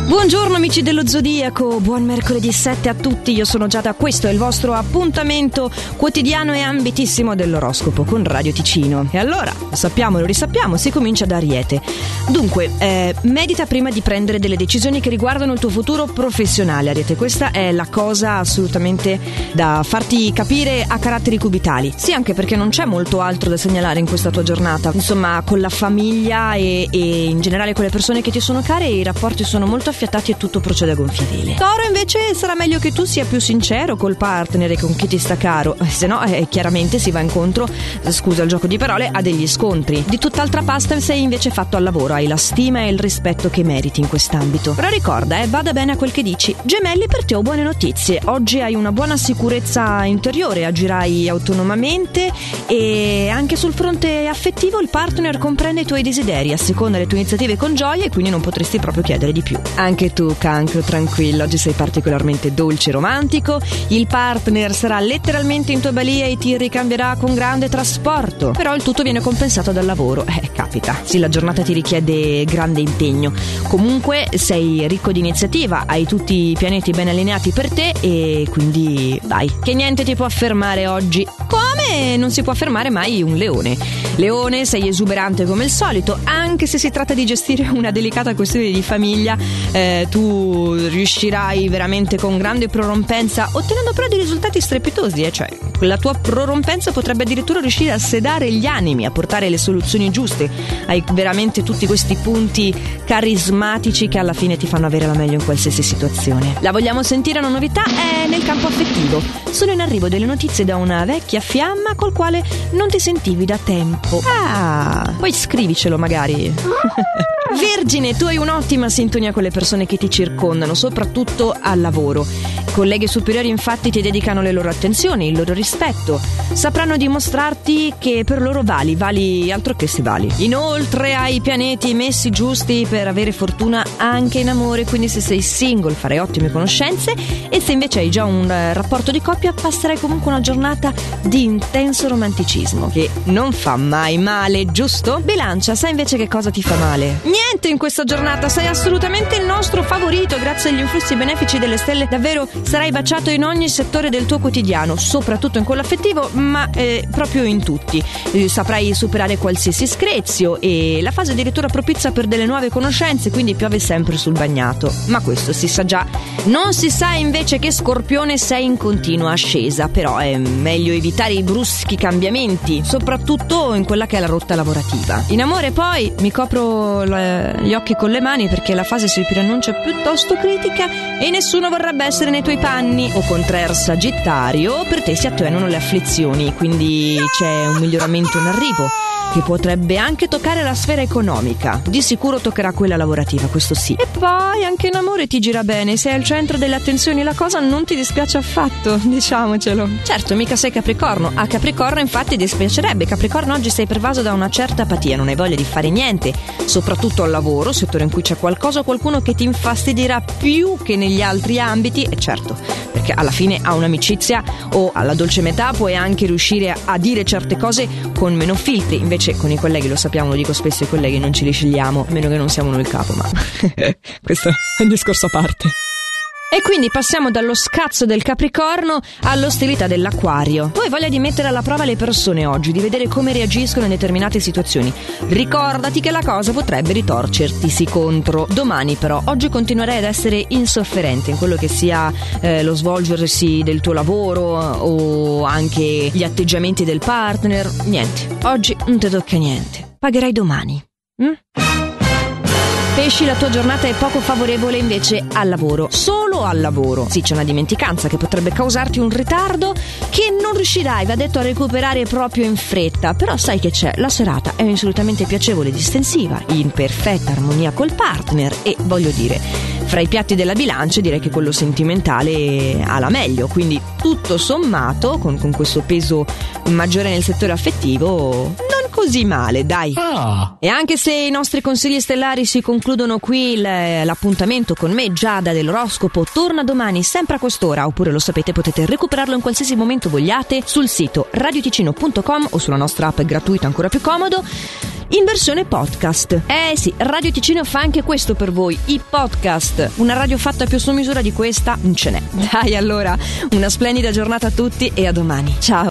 Buongiorno amici dello Zodiaco, buon mercoledì 7 a tutti, io sono Giada, questo è il vostro appuntamento quotidiano e ambitissimo dell'oroscopo con Radio Ticino. E allora, lo sappiamo e lo risappiamo, si comincia da Ariete. Dunque, medita prima di prendere delle decisioni che riguardano il tuo futuro professionale, Ariete. Questa è la cosa assolutamente da farti capire a caratteri cubitali. Sì, anche perché non c'è molto altro da segnalare in questa tua giornata. Insomma, con la famiglia e in generale con le persone che ti sono care, i rapporti sono molto affiatati e tutto procede a gonfie vele. Toro invece sarà meglio che tu sia più sincero col partner e con chi ti sta caro, se no chiaramente si va incontro, scusa il gioco di parole, a degli scontri. Di tutt'altra pasta sei invece fatto al lavoro, hai la stima e il rispetto che meriti in quest'ambito. Però ricorda, bada bene a quel che dici. Gemelli, per te ho buone notizie, oggi hai una buona sicurezza interiore, agirai autonomamente e anche sul fronte affettivo il partner comprende i tuoi desideri, asseconda le tue iniziative con gioia e quindi non potresti proprio chiedere di più. Anche tu, Cancro, tranquillo, oggi sei particolarmente dolce e romantico, il partner sarà letteralmente in tua balia e ti ricambierà con grande trasporto, però il tutto viene compensato dal lavoro. Capita, sì, la giornata ti richiede grande impegno, comunque sei ricco di iniziativa, hai tutti i pianeti ben allineati per te e quindi dai, che niente ti può fermare oggi. Come non si può fermare mai un leone. Leone, sei esuberante come il solito, anche se si tratta di gestire una delicata questione di famiglia, tu riuscirai veramente con grande prorompenza, ottenendo però dei risultati strepitosi, cioè la tua prorompenza potrebbe addirittura riuscire a sedare gli animi, a portare le soluzioni giuste. Hai veramente tutti questi punti carismatici che alla fine ti fanno avere la meglio in qualsiasi situazione. La vogliamo sentire una novità? È nel campo affettivo. Sono in arrivo delle notizie da una vecchia fiamma col quale non ti sentivi da tempo. Poi scrivicelo magari. Vergine, tu hai un'ottima sintonia con le persone che ti circondano, soprattutto al lavoro. Colleghi superiori infatti ti dedicano le loro attenzioni, il loro rispetto. Sapranno dimostrarti che per loro vali altro che se vali. Inoltre hai i pianeti messi giusti per avere fortuna anche in amore, quindi se sei single farai ottime conoscenze e se invece hai già un rapporto di coppia passerai comunque una giornata di intenso romanticismo, che non fa mai male, giusto? Bilancia, sai invece che cosa ti fa male? Niente in questa giornata, sei assolutamente il nostro favorito grazie agli influssi benefici delle stelle, davvero sarai baciato in ogni settore del tuo quotidiano, soprattutto in quello affettivo, ma proprio in tutti. Saprai superare qualsiasi screzio e la fase addirittura propizia per delle nuove conoscenze, quindi piove sempre sul bagnato, ma questo si sa già. Non si sa invece che Scorpione sei in continua ascesa, però è meglio evitare i bruschi cambiamenti, soprattutto in quella che è la rotta lavorativa. In amore poi mi copro gli occhi con le mani perché la fase si preannuncia piuttosto critica e nessuno vorrebbe essere nei tuoi panni. O contrario Sagittario, per te si attenuano le afflizioni, quindi c'è un miglioramento in arrivo che potrebbe anche toccare la sfera economica. Di sicuro toccherà quella lavorativa, questo sì. E poi anche in amore ti gira bene, sei al centro delle attenzioni, la cosa non ti dispiace affatto, diciamocelo. Certo, mica sei Capricorno, a Capricorno infatti dispiacerebbe. Capricorno oggi sei pervaso da una certa apatia, non hai voglia di fare niente, soprattutto al lavoro, settore in cui c'è qualcosa o qualcuno che ti infastidirà più che negli altri ambiti, e certo, perché alla fine a un'amicizia o alla dolce metà puoi anche riuscire a dire certe cose con meno filtri, invece con i colleghi, lo sappiamo, lo dico spesso, i colleghi non ce li scegliamo, a meno che non siamo noi il capo, ma questo è un discorso a parte. E quindi passiamo dallo scazzo del Capricorno all'ostilità dell'Acquario. Tu hai voglia di mettere alla prova le persone oggi, di vedere come reagiscono in determinate situazioni. Ricordati che la cosa potrebbe ritorcertisi contro. Domani però, oggi continuerai ad essere insofferente in quello che sia lo svolgersi del tuo lavoro o anche gli atteggiamenti del partner. Niente, oggi non ti tocca niente. Pagherai domani. Pesci, la tua giornata è poco favorevole invece al lavoro, solo al lavoro. Sì, c'è una dimenticanza che potrebbe causarti un ritardo che non riuscirai, va detto, a recuperare proprio in fretta. Però sai che c'è, la serata è assolutamente piacevole e distensiva, in perfetta armonia col partner e, voglio dire, fra i piatti della bilancia direi che quello sentimentale ha la meglio, quindi tutto sommato, con questo peso maggiore nel settore affettivo, così male, dai. E anche se i nostri consigli stellari si concludono qui, l'appuntamento con me, Giada dell'oroscopo, torna domani sempre a quest'ora, oppure lo sapete, potete recuperarlo in qualsiasi momento vogliate sul sito radioticino.com o sulla nostra app gratuita, ancora più comodo. in versione podcast. Sì, Radio Ticino fa anche questo per voi, i podcast. Una radio fatta più su misura di questa non ce n'è. Dai, allora, una splendida giornata a tutti e a domani. Ciao.